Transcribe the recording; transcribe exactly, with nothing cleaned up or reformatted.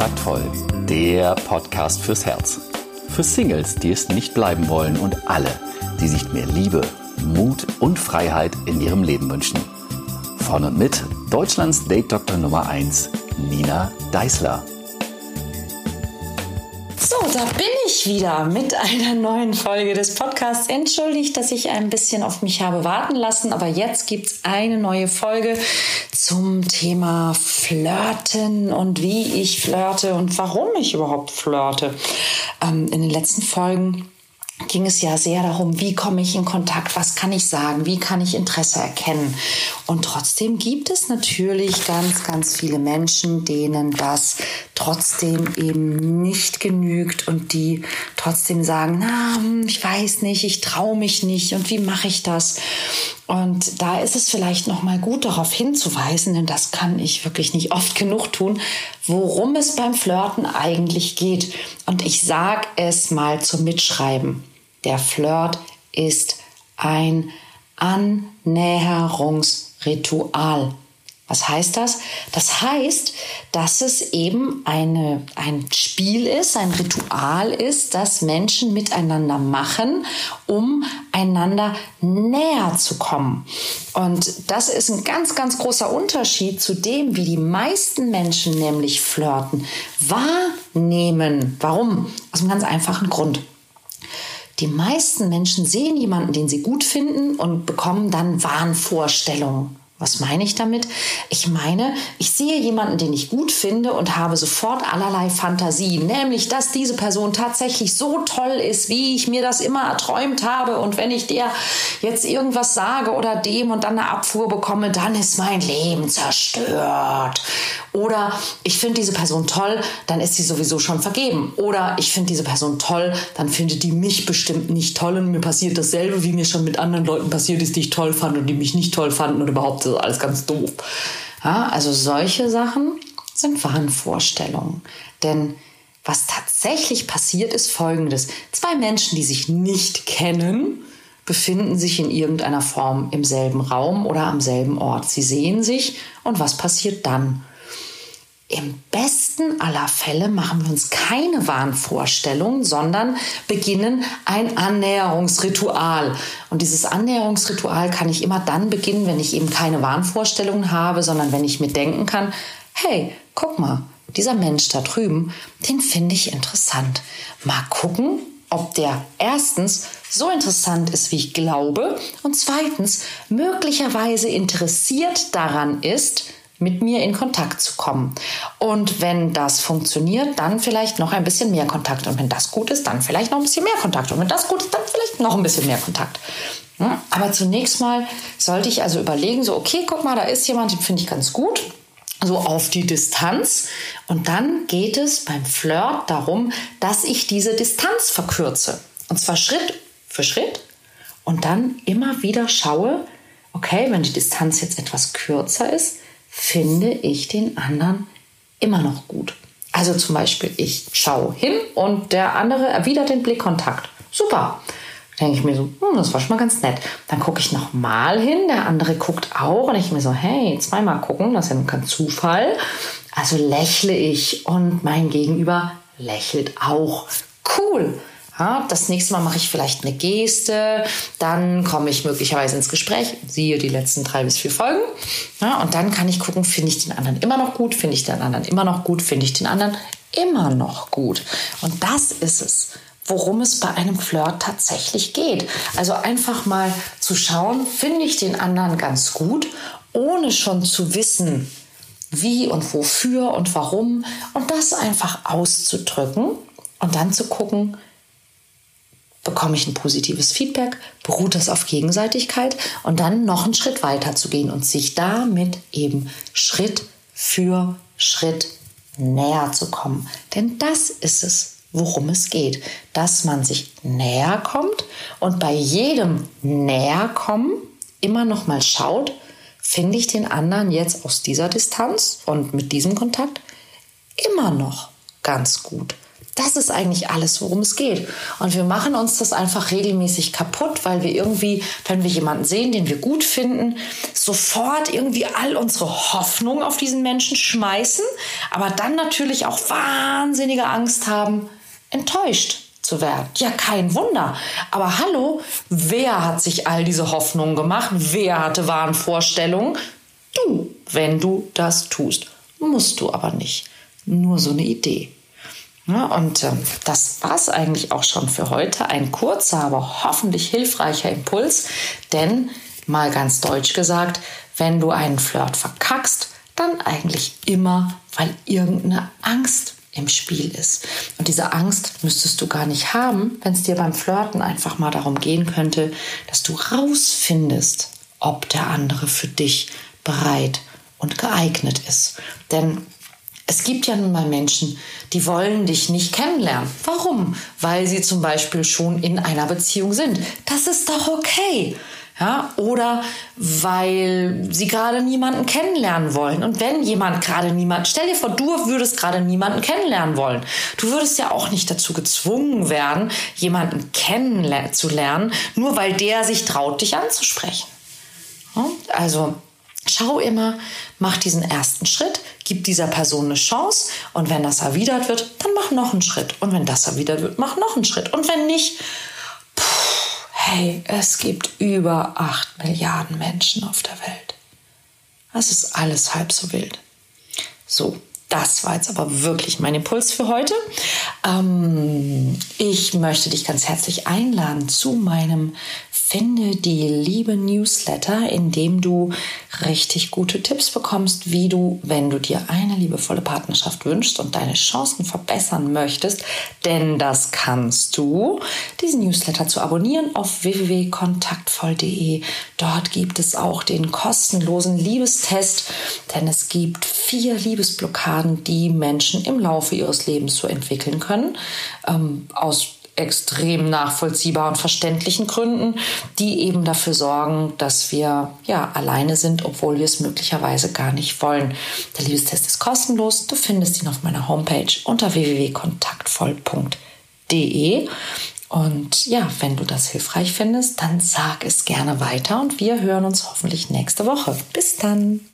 Kontaktvoll, der Podcast fürs Herz. Für Singles, die es nicht bleiben wollen und alle, die sich mehr Liebe, Mut und Freiheit in ihrem Leben wünschen. Von und mit Deutschlands Date-Doktor Nummer eins, Nina Deißler. So, da bin ich wieder mit einer neuen Folge des Podcasts. Entschuldigt, dass ich ein bisschen auf mich habe warten lassen, aber jetzt gibt's eine neue Folge zum Thema Flirten und wie ich flirte und warum ich überhaupt flirte. Ähm, in den letzten Folgen ging es ja sehr darum, wie komme ich in Kontakt, was kann ich sagen, wie kann ich Interesse erkennen. Und trotzdem gibt es natürlich ganz, ganz viele Menschen, denen das trotzdem eben nicht genügt und die trotzdem sagen, na, ich weiß nicht, ich traue mich nicht und wie mache ich das? Und da ist es vielleicht noch mal gut, darauf hinzuweisen, denn das kann ich wirklich nicht oft genug tun, worum es beim Flirten eigentlich geht. Und ich sage es mal zum Mitschreiben. Der Flirt ist ein Annäherungsritual. Was heißt das? Das heißt, dass es eben eine, ein Spiel ist, ein Ritual ist, das Menschen miteinander machen, um einander näher zu kommen. Und das ist ein ganz, ganz großer Unterschied zu dem, wie die meisten Menschen nämlich flirten, wahrnehmen. Warum? Aus einem ganz einfachen Grund. Die meisten Menschen sehen jemanden, den sie gut finden und bekommen dann Wahnvorstellungen. Was meine ich damit? Ich meine, ich sehe jemanden, den ich gut finde und habe sofort allerlei Fantasien, nämlich, dass diese Person tatsächlich so toll ist, wie ich mir das immer erträumt habe, und wenn ich der jetzt irgendwas sage oder dem und dann eine Abfuhr bekomme, dann ist mein Leben zerstört. Oder ich finde diese Person toll, dann ist sie sowieso schon vergeben. Oder ich finde diese Person toll, dann findet die mich bestimmt nicht toll und mir passiert dasselbe, wie mir schon mit anderen Leuten passiert ist, die ich toll fand und die mich nicht toll fanden und überhaupt so alles ganz doof. Ja, also solche Sachen sind Wahnvorstellungen. Denn was tatsächlich passiert, ist Folgendes. Zwei Menschen, die sich nicht kennen, befinden sich in irgendeiner Form im selben Raum oder am selben Ort. Sie sehen sich und was passiert dann? Im besten aller Fälle machen wir uns keine Wahnvorstellung, sondern beginnen ein Annäherungsritual. Und dieses Annäherungsritual kann ich immer dann beginnen, wenn ich eben keine Wahnvorstellungen habe, sondern wenn ich mir denken kann, hey, guck mal, dieser Mensch da drüben, den finde ich interessant. Mal gucken, ob der erstens so interessant ist, wie ich glaube, und zweitens möglicherweise interessiert daran ist, mit mir in Kontakt zu kommen. Und wenn das funktioniert, dann vielleicht noch ein bisschen mehr Kontakt. Und wenn das gut ist, dann vielleicht noch ein bisschen mehr Kontakt. Und wenn das gut ist, dann vielleicht noch ein bisschen mehr Kontakt. Aber zunächst mal sollte ich also überlegen, so, okay, guck mal, da ist jemand, den finde ich ganz gut. So auf die Distanz. Und dann geht es beim Flirt darum, dass ich diese Distanz verkürze. Und zwar Schritt für Schritt. Und dann immer wieder schaue, okay, wenn die Distanz jetzt etwas kürzer ist, finde ich den anderen immer noch gut. Also zum Beispiel, ich schaue hin und der andere erwidert den Blickkontakt. Super. Da denke ich mir so, hm, das war schon mal ganz nett. Dann gucke ich noch mal hin, der andere guckt auch und ich mir so, hey, zweimal gucken, das ist ja nun kein Zufall. Also lächle ich und mein Gegenüber lächelt auch. Cool. Ja, das nächste Mal mache ich vielleicht eine Geste, dann komme ich möglicherweise ins Gespräch, siehe die letzten drei bis vier Folgen. Ja, und dann kann ich gucken, finde ich den anderen immer noch gut, finde ich den anderen immer noch gut, finde ich den anderen immer noch gut. Und das ist es, worum es bei einem Flirt tatsächlich geht. Also einfach mal zu schauen, finde ich den anderen ganz gut, ohne schon zu wissen, wie und wofür und warum, und das einfach auszudrücken und dann zu gucken, bekomme ich ein positives Feedback, beruht das auf Gegenseitigkeit, und dann noch einen Schritt weiter zu gehen und sich damit eben Schritt für Schritt näher zu kommen. Denn das ist es, worum es geht, dass man sich näher kommt und bei jedem Näherkommen immer noch mal schaut, finde ich den anderen jetzt aus dieser Distanz und mit diesem Kontakt immer noch ganz gut. Das ist eigentlich alles, worum es geht. Und wir machen uns das einfach regelmäßig kaputt, weil wir irgendwie, wenn wir jemanden sehen, den wir gut finden, sofort irgendwie all unsere Hoffnung auf diesen Menschen schmeißen, aber dann natürlich auch wahnsinnige Angst haben, enttäuscht zu werden. Ja, kein Wunder. Aber hallo, wer hat sich all diese Hoffnungen gemacht? Wer hatte Wahnvorstellungen? Du, wenn du das tust. Musst du aber nicht. Nur so eine Idee. Ja, und ähm, das war es eigentlich auch schon für heute. Ein kurzer, aber hoffentlich hilfreicher Impuls. Denn, mal ganz deutsch gesagt, wenn du einen Flirt verkackst, dann eigentlich immer, weil irgendeine Angst im Spiel ist. Und diese Angst müsstest du gar nicht haben, wenn es dir beim Flirten einfach mal darum gehen könnte, dass du rausfindest, ob der andere für dich bereit und geeignet ist. Denn es gibt ja nun mal Menschen, die wollen dich nicht kennenlernen. Warum? Weil sie zum Beispiel schon in einer Beziehung sind. Das ist doch okay. Ja, oder weil sie gerade niemanden kennenlernen wollen. Und wenn jemand gerade niemanden, stell dir vor, du würdest gerade niemanden kennenlernen wollen. Du würdest ja auch nicht dazu gezwungen werden, jemanden kennenzulernen, nur weil der sich traut, dich anzusprechen. Ja, also schau immer, mach diesen ersten Schritt, gib dieser Person eine Chance und wenn das erwidert wird, dann mach noch einen Schritt. Und wenn das erwidert wird, mach noch einen Schritt. Und wenn nicht, hey, es gibt über acht Milliarden Menschen auf der Welt. Das ist alles halb so wild. So, das war jetzt aber wirklich mein Impuls für heute. Ähm, ich möchte dich ganz herzlich einladen zu meinem Finde die Liebe Newsletter, in dem du richtig gute Tipps bekommst, wie du, wenn du dir eine liebevolle Partnerschaft wünschst und deine Chancen verbessern möchtest, denn das kannst du, diesen Newsletter zu abonnieren auf w w w punkt kontaktvoll punkt de. Dort gibt es auch den kostenlosen Liebestest, denn es gibt vier Liebesblockaden, die Menschen im Laufe ihres Lebens so entwickeln können, ähm, aus extrem nachvollziehbar und verständlichen Gründen, die eben dafür sorgen, dass wir ja alleine sind, obwohl wir es möglicherweise gar nicht wollen. Der Liebestest ist kostenlos. Du findest ihn auf meiner Homepage unter w w w punkt kontaktvoll punkt de. Und ja, wenn du das hilfreich findest, dann sag es gerne weiter und wir hören uns hoffentlich nächste Woche. Bis dann!